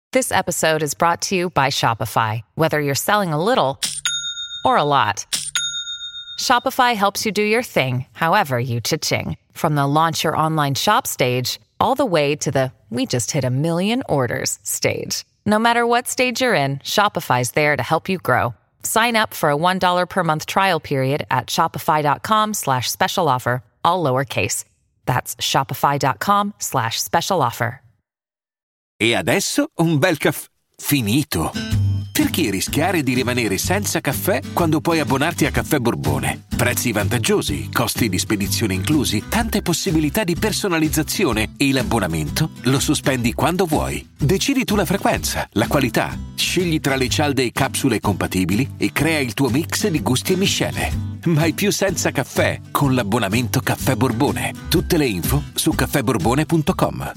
This episode is brought to you by Shopify. Whether you're selling a little or a lot, Shopify helps you do your thing, however you cha-ching. From the launch your online shop stage, all the way to the we just hit 1 million orders stage. No matter what stage you're in, Shopify's there to help you grow. Sign up for a $1 per month trial period at shopify.com/special offer, all lowercase. That's shopify.com/special offer. E adesso un bel caffè finito. Perché rischiare di rimanere senza caffè quando puoi abbonarti a Caffè Borbone? Prezzi vantaggiosi, costi di spedizione inclusi, tante possibilità di personalizzazione e l'abbonamento lo sospendi quando vuoi. Decidi tu la frequenza, la qualità, scegli tra le cialde e capsule compatibili e crea il tuo mix di gusti e miscele. Mai più senza caffè con l'abbonamento Caffè Borbone. Tutte le info su caffèborbone.com.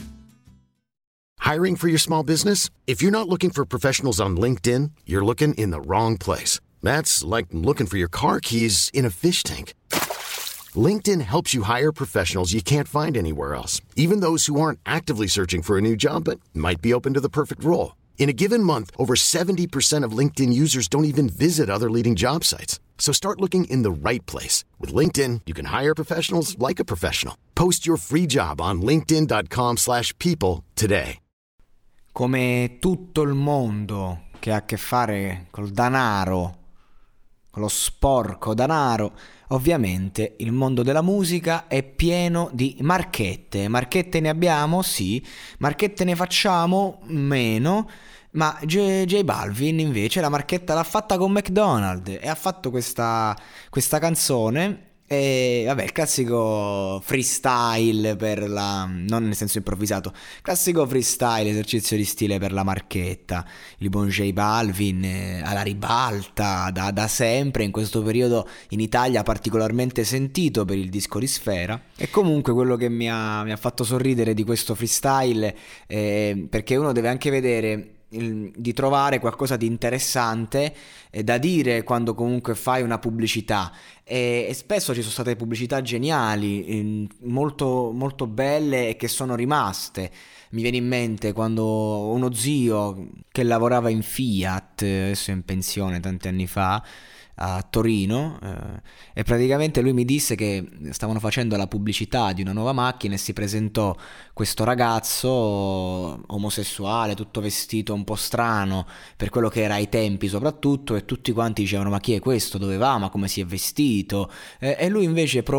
Hiring for your small business? If you're not looking for professionals on LinkedIn, you're looking in the wrong place. That's like looking for your car keys in a fish tank. LinkedIn helps you hire professionals you can't find anywhere else, even those who aren't actively searching for a new job but might be open to the perfect role. In a given month, over 70% of LinkedIn users don't even visit other leading job sites. So start looking in the right place. With LinkedIn, you can hire professionals like a professional. Post your free job on linkedin.com/people today. Come tutto il mondo che ha a che fare col denaro, con lo sporco denaro, ovviamente il mondo della musica è pieno di marchette. Marchette ne abbiamo? Sì. Marchette ne facciamo? Meno. Ma J Balvin invece la marchetta l'ha fatta con McDonald's e ha fatto questa canzone. E vabbè, il classico freestyle non nel senso improvvisato, classico freestyle, esercizio di stile per la marchetta. Il buon J Balvin alla ribalta da sempre, in questo periodo in Italia particolarmente sentito per il disco di Sfera. E comunque quello che mi ha fatto sorridere di questo freestyle, perché uno deve anche vedere di trovare qualcosa di interessante da dire quando comunque fai una pubblicità, e spesso ci sono state pubblicità geniali, molto, molto belle, e che sono rimaste. Mi viene in mente quando uno zio che lavorava in Fiat, adesso è in pensione tanti anni fa, a Torino, e praticamente lui mi disse che stavano facendo la pubblicità di una nuova macchina e si presentò questo ragazzo omosessuale, tutto vestito un po' strano per quello che era ai tempi soprattutto, e tutti quanti dicevano: ma chi è questo, dove va, ma come si è vestito? E lui invece ha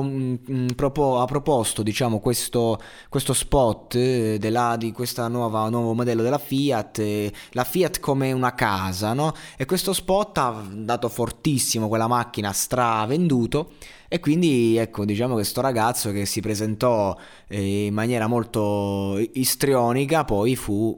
proposto, diciamo, questo spot di questa nuovo modello della Fiat, la Fiat come una casa, no? E questo spot ha dato fortissimo, quella macchina stravenduto. E quindi ecco, diciamo che sto ragazzo che si presentò in maniera molto istrionica poi fu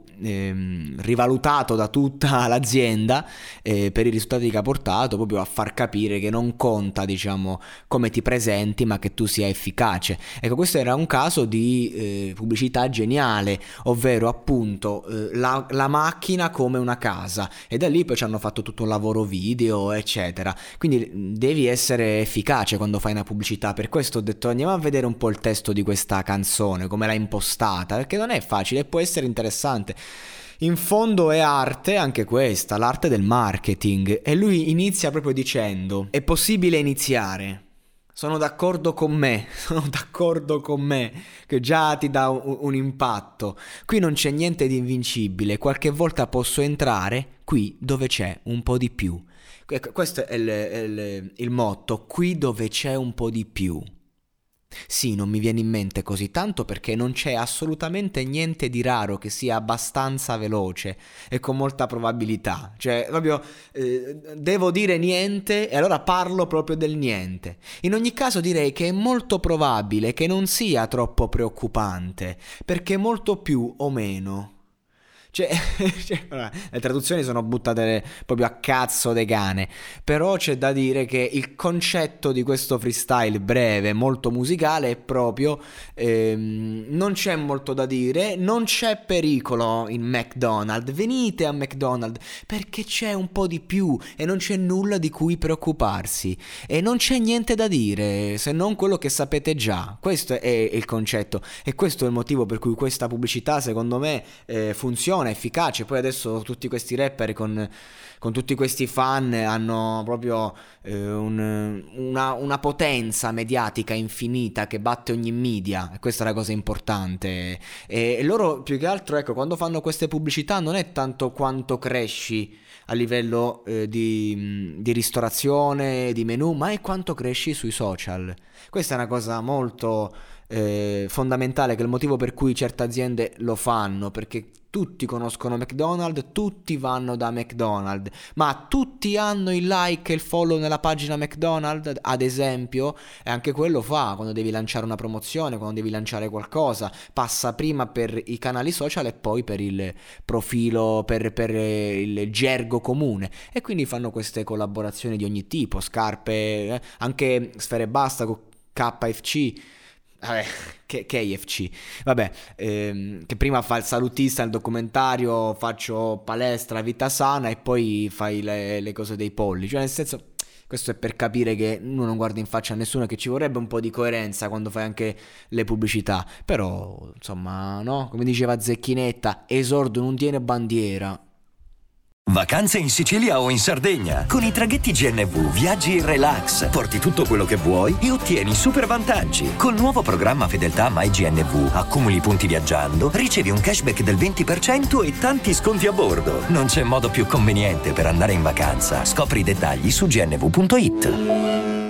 rivalutato da tutta l'azienda per i risultati che ha portato, proprio a far capire che non conta, diciamo, come ti presenti, ma che tu sia efficace. Ecco, questo era un caso di pubblicità geniale, ovvero appunto la macchina come una casa, e da lì poi ci hanno fatto tutto un lavoro video, eccetera. Quindi devi essere efficace quando fai una pubblicità. Per questo ho detto: andiamo a vedere un po' il testo di questa canzone, come l'ha impostata, perché non è facile e può essere interessante. In fondo è arte anche questa, l'arte del marketing. E lui inizia proprio dicendo: è possibile iniziare. Sono d'accordo con me, che già ti dà un impatto. Qui non c'è niente di invincibile, qualche volta posso entrare qui dove c'è un po' di più. Questo è il motto: qui dove c'è un po' di più. Sì, non mi viene in mente così tanto perché non c'è assolutamente niente di raro che sia abbastanza veloce e con molta probabilità. Cioè, proprio devo dire niente e allora parlo proprio del niente. In ogni caso direi che è molto probabile che non sia troppo preoccupante, perché molto più o meno. Cioè, le traduzioni sono buttate proprio a cazzo de cane, però c'è da dire che il concetto di questo freestyle breve, molto musicale, è proprio non c'è molto da dire, non c'è pericolo in McDonald's, venite a McDonald's perché c'è un po' di più e non c'è nulla di cui preoccuparsi e non c'è niente da dire se non quello che sapete già. Questo è il concetto e questo è il motivo per cui questa pubblicità secondo me funziona funziona, è efficace. Poi adesso tutti questi rapper con tutti questi fan hanno proprio una potenza mediatica infinita che batte ogni media, e questa è la cosa importante. E loro più che altro, ecco, quando fanno queste pubblicità non è tanto quanto cresci a livello di ristorazione, di menù, ma è quanto cresci sui social. Questa è una cosa molto fondamentale, che è il motivo per cui certe aziende lo fanno, perché tutti conoscono McDonald's, tutti vanno da McDonald's, ma tutti hanno il like e il follow nella pagina McDonald's, ad esempio, e anche quello fa quando devi lanciare una promozione, quando devi lanciare qualcosa, passa prima per i canali social e poi per il profilo, per il gergo comune, e quindi fanno queste collaborazioni di ogni tipo, scarpe, anche Sfera Ebbasta con KFC. Vabbè, KFC, vabbè, che prima fa il salutista nel documentario, faccio palestra, vita sana, e poi fai le cose dei polli, cioè nel senso, questo è per capire che uno non guarda in faccia a nessuno, che ci vorrebbe un po' di coerenza quando fai anche le pubblicità, però insomma, no, come diceva Zecchinetta, esordio non tiene bandiera. Vacanze in Sicilia o in Sardegna. Con i traghetti GNV viaggi in relax, porti tutto quello che vuoi e ottieni super vantaggi. Col nuovo programma Fedeltà MyGNV accumuli punti viaggiando, ricevi un cashback del 20% e tanti sconti a bordo. Non c'è modo più conveniente per andare in vacanza. Scopri i dettagli su gnv.it.